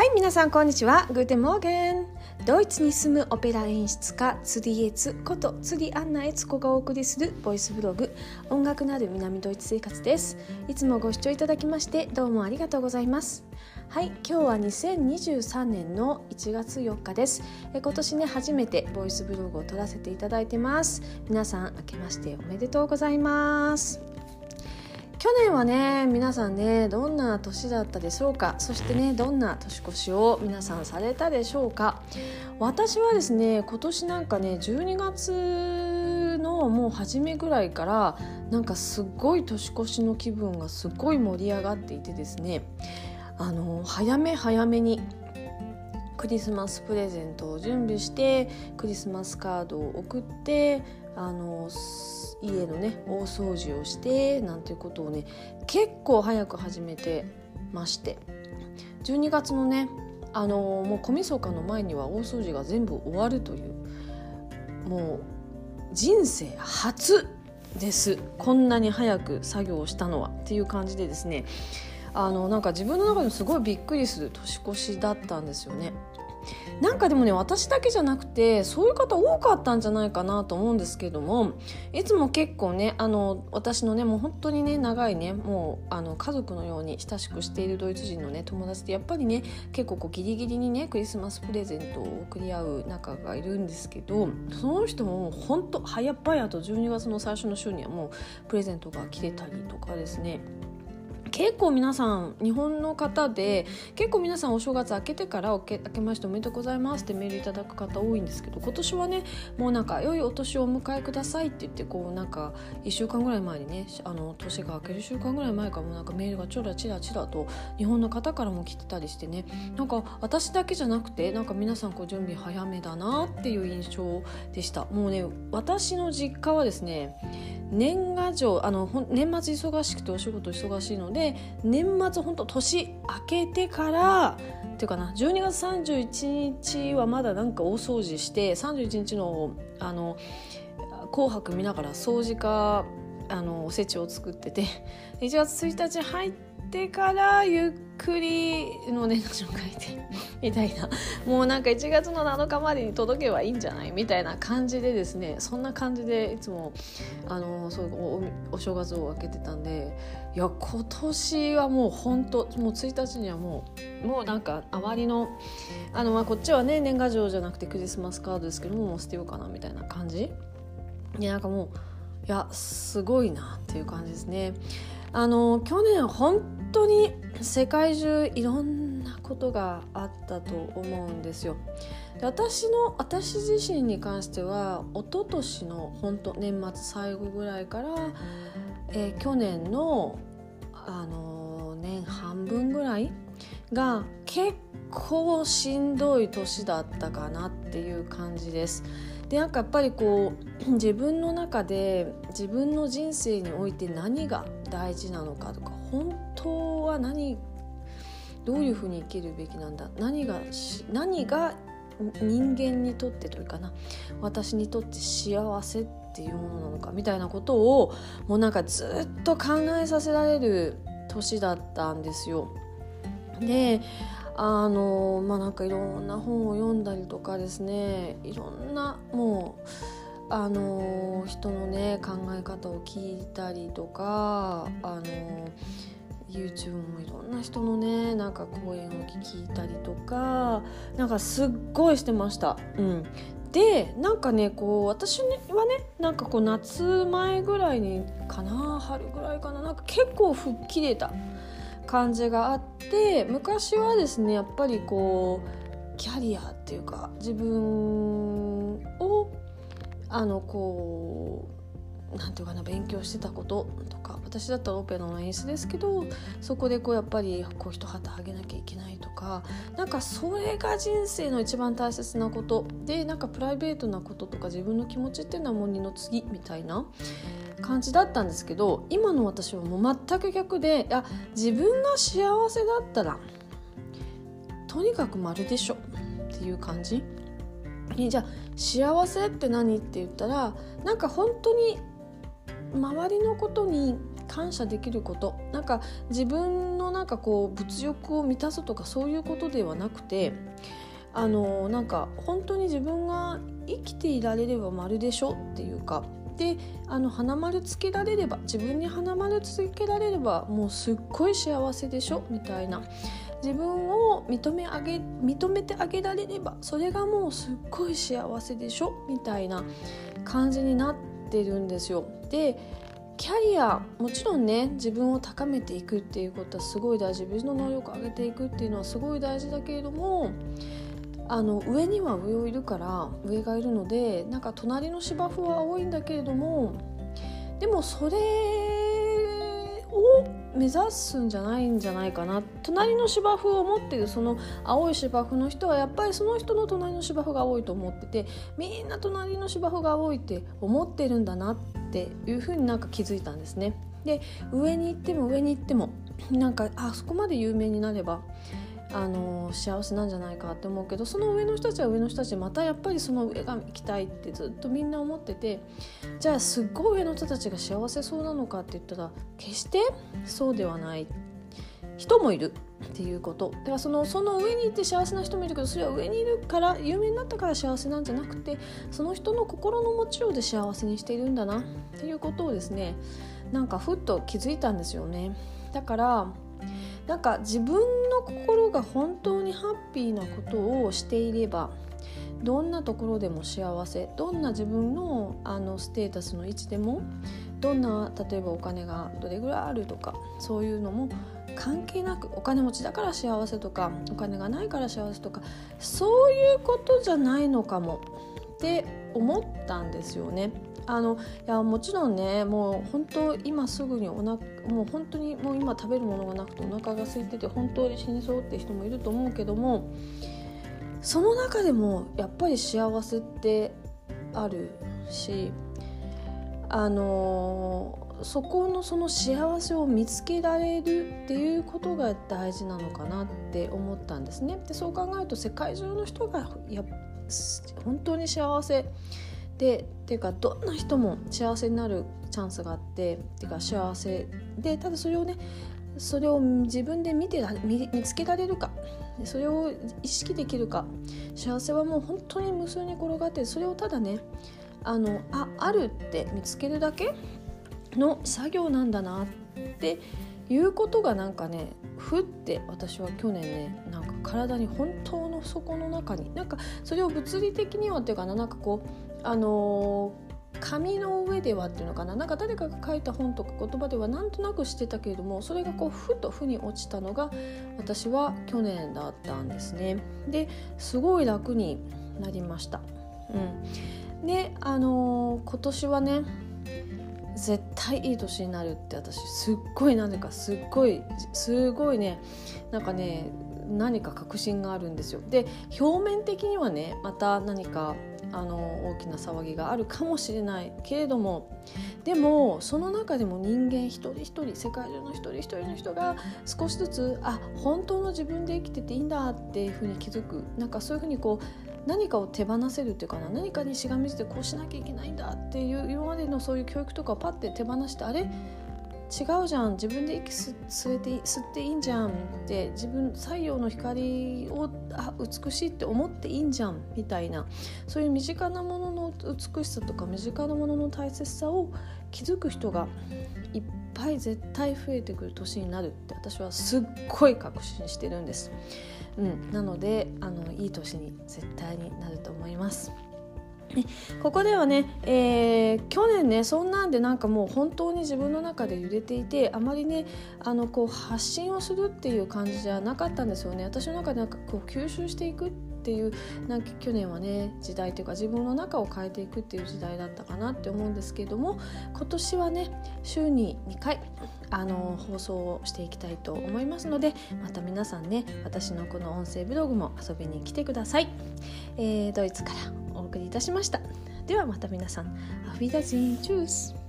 はい、皆さんこんにちは。グーテンモーゲン。ドイツに住むオペラ演出家釣りエツこと釣りアンナエツコがお送りするボイスブログ、音楽のある南ドイツ生活です。いつもご視聴いただきましてどうもありがとうございます。はい、今日は2023年の1月4日です。今年ね初めてボイスブログを撮らせていただいてます。皆さん明けましておめでとうございます。去年はね皆さんねどんな年だったでしょうか。そしてねどんな年越しを皆さんされたでしょうか。私はですね今年なんかね12月のもう初めぐらいからなんかすごい年越しの気分がすごい盛り上がっていてですね、早めにクリスマスプレゼントを準備してクリスマスカードを送って家のね大掃除をしてなんていうことをね結構早く始めてまして、12月のねもう小晦日の前には大掃除が全部終わるというもう人生初です。こんなに早く作業をしたのはっていう感じでですね、なんか自分の中でもすごいびっくりする年越しだったんですよね。なんかでもね私だけじゃなくてそういう方多かったんじゃないかなと思うんですけども、いつも結構ね私のねもう本当にね長いねもう家族のように親しくしているドイツ人のね友達ってやっぱりね結構こうギリギリにねクリスマスプレゼントを送り合う仲がいるんですけど、その人も本当早っ早と12月の最初の週にはもうプレゼントが来てたりとかですね、結構皆さん日本の方で結構皆さんお正月明けてから明けましておめでとうございますってメールいただく方多いんですけど、今年はねもうなんか良いお年をお迎えくださいって言ってこうなんか1週間ぐらい前にね年が明ける1週間ぐらい前からもなんかメールがちらちらと日本の方からも来てたりしてね、なんか私だけじゃなくてなんか皆さんこう準備早めだなっていう印象でした。もうね私の実家はですね年賀状年末忙しくてお仕事忙しいので年末本当年明けてからっていうかな12月31日はまだなんか大掃除して31日の紅白見ながら掃除かおせちを作ってて、1月1日入ってからゆっくりの年賀状書いてみたいな、もうなんか1月の7日までに届けばいいんじゃないみたいな感じでですね、そんな感じでいつもそういうお正月を開けてたんで、いや今年はもう本当もう1日にはもうなんかあまりのこっちはね年賀状じゃなくてクリスマスカードですけどもう捨てようかなみたいな感じで、なんかもういやすごいなっていう感じですね。去年本当に世界中いろんなことがあったと思うんですよ。で私自身に関しては一昨年の本当年末最後ぐらいから、去年の年半分ぐらいが結構しんどい年だったかなっていう感じです。でなんかやっぱりこう自分の中で自分の人生において何が大事なのかとか、本当はどういうふうに生きるべきなんだ、何が人間にとってというかな私にとって幸せっていうものなのかみたいなことをもうなんかずっと考えさせられる年だったんですよ。でなんかいろんな本を読んだりとかですね、いろんなもう人のね考え方を聞いたりとかYouTube もいろんな人のねなんか講演を聞いたりとかなんかすっごいしてました。でなんかねこう私はねなんかこう夏前ぐらいにかな春ぐらいかななんか結構吹っ切れた感じがあって、昔はですねやっぱりこうキャリアっていうか自分をこうなんていうかな勉強してたこととか、私だったらオペラの演出ですけどそこでこうやっぱりこう一旗あげなきゃいけないとか、なんかそれが人生の一番大切なことで、なんかプライベートなこととか自分の気持ちっていうのはもう二の次みたいな感じだったんですけど、今の私はもう全く逆で、自分が幸せだったらとにかく丸でしょっていう感じ。じゃあ幸せって何って言ったらなんか本当に周りのことに感謝できること、なんか自分のなんかこう物欲を満たすとかそういうことではなくて、なんか本当に自分が生きていられれば丸でしょっていうか、で花丸つけられれば、自分に花丸つけられればもうすっごい幸せでしょみたいな、自分を認めてあげられればそれがもうすっごい幸せでしょみたいな感じになってるんですよ。でキャリアもちろんね、自分を高めていくっていうことはすごい大事、自分の能力を上げていくっていうのはすごい大事だけれども、上には上をいるから上がいるので、なんか隣の芝生は青いんだけれども、でもそれを目指すんじゃないんじゃないかな。隣の芝生を持っているその青い芝生の人はやっぱりその人の隣の芝生が青いと思ってて、みんな隣の芝生が青いって思ってるんだなっていうふうになんか気づいたんですね。で上に行ってもなんかそこまで有名になれば幸せなんじゃないかって思うけど、その上の人たちは上の人たちでまたやっぱりその上が行きたいってずっとみんな思ってて、じゃあすっごい上の人たちが幸せそうなのかって言ったら決してそうではない人もいるっていうことだから、その上に行って幸せな人もいるけど、それは上にいるから有名になったから幸せなんじゃなくて、その人の心の持ちようで幸せにしているんだなっていうことをですね、なんかふっと気づいたんですよね。だからなんか自分の心が本当にハッピーなことをしていれば、どんなところでも幸せ、どんな自分のステータスの位置でも、どんな例えばお金がどれぐらいあるとかそういうのも関係なく、お金持ちだから幸せとかお金がないから幸せとかそういうことじゃないのかもって思ったんですよね。いやもちろんね、もう本当今すぐにもう本当にもう今食べるものがなくてお腹が空いてて本当に死にそうって人もいると思うけども、その中でもやっぱり幸せってあるし、そこのその幸せを見つけられるっていうことが大事なのかなって思ったんですね。でそう考えると世界中の人が本当に幸せで、っていうかどんな人も幸せになるチャンスがあって、っていうか幸せで、ただそれを自分で見つけられるか、それを意識できるか、幸せはもう本当に無数に転がって、それをただねあるって見つけるだけの作業なんだなっていうことがなんかね、ふって私は去年ね、なんか体に本当の底の中に、なんかそれを物理的にはっていうかな、なんかこう紙の上ではっていうのかな、なんか誰かが書いた本とか言葉ではなんとなくしてたけれども、それがこうふと腑に落ちたのが私は去年だったんですね。ですごい楽になりました。で今年はね絶対いい年になるって私すっごいね、なんかね何か確信があるんですよ。で表面的にはねまた何か大きな騒ぎがあるかもしれないけれども、でもその中でも人間一人一人、世界中の一人一人の人が少しずつ本当の自分で生きてていいんだっていうふうに気づく、なんかそういうふうにこう何かを手放せるっていうかな、何かにしがみついてこうしなきゃいけないんだっていう今までのそういう教育とかをパッて手放して、あれ違うじゃん、自分で息吸っていいんじゃんって、自分太陽の光を美しいって思っていいんじゃんみたいな、そういう身近なものの美しさとか身近なものの大切さを気づく人がいっぱい絶対増えてくる年になるって私はすっごい確信してるんです。なのでいい年に絶対になると思います。ここではね、去年ねそんなんでなんかもう本当に自分の中で揺れていて、あまりねこう発信をするっていう感じじゃなかったんですよね。私の中でなんかこう吸収していくっていうなんか去年はね時代というか自分の中を変えていくっていう時代だったかなって思うんですけれども、今年はね週に2回放送をしていきたいと思いますので、また皆さんね私のこの音声ブログも遊びに来てください。ドイツからお送りいたしました。ではまた皆さん、アフィダジンチュース。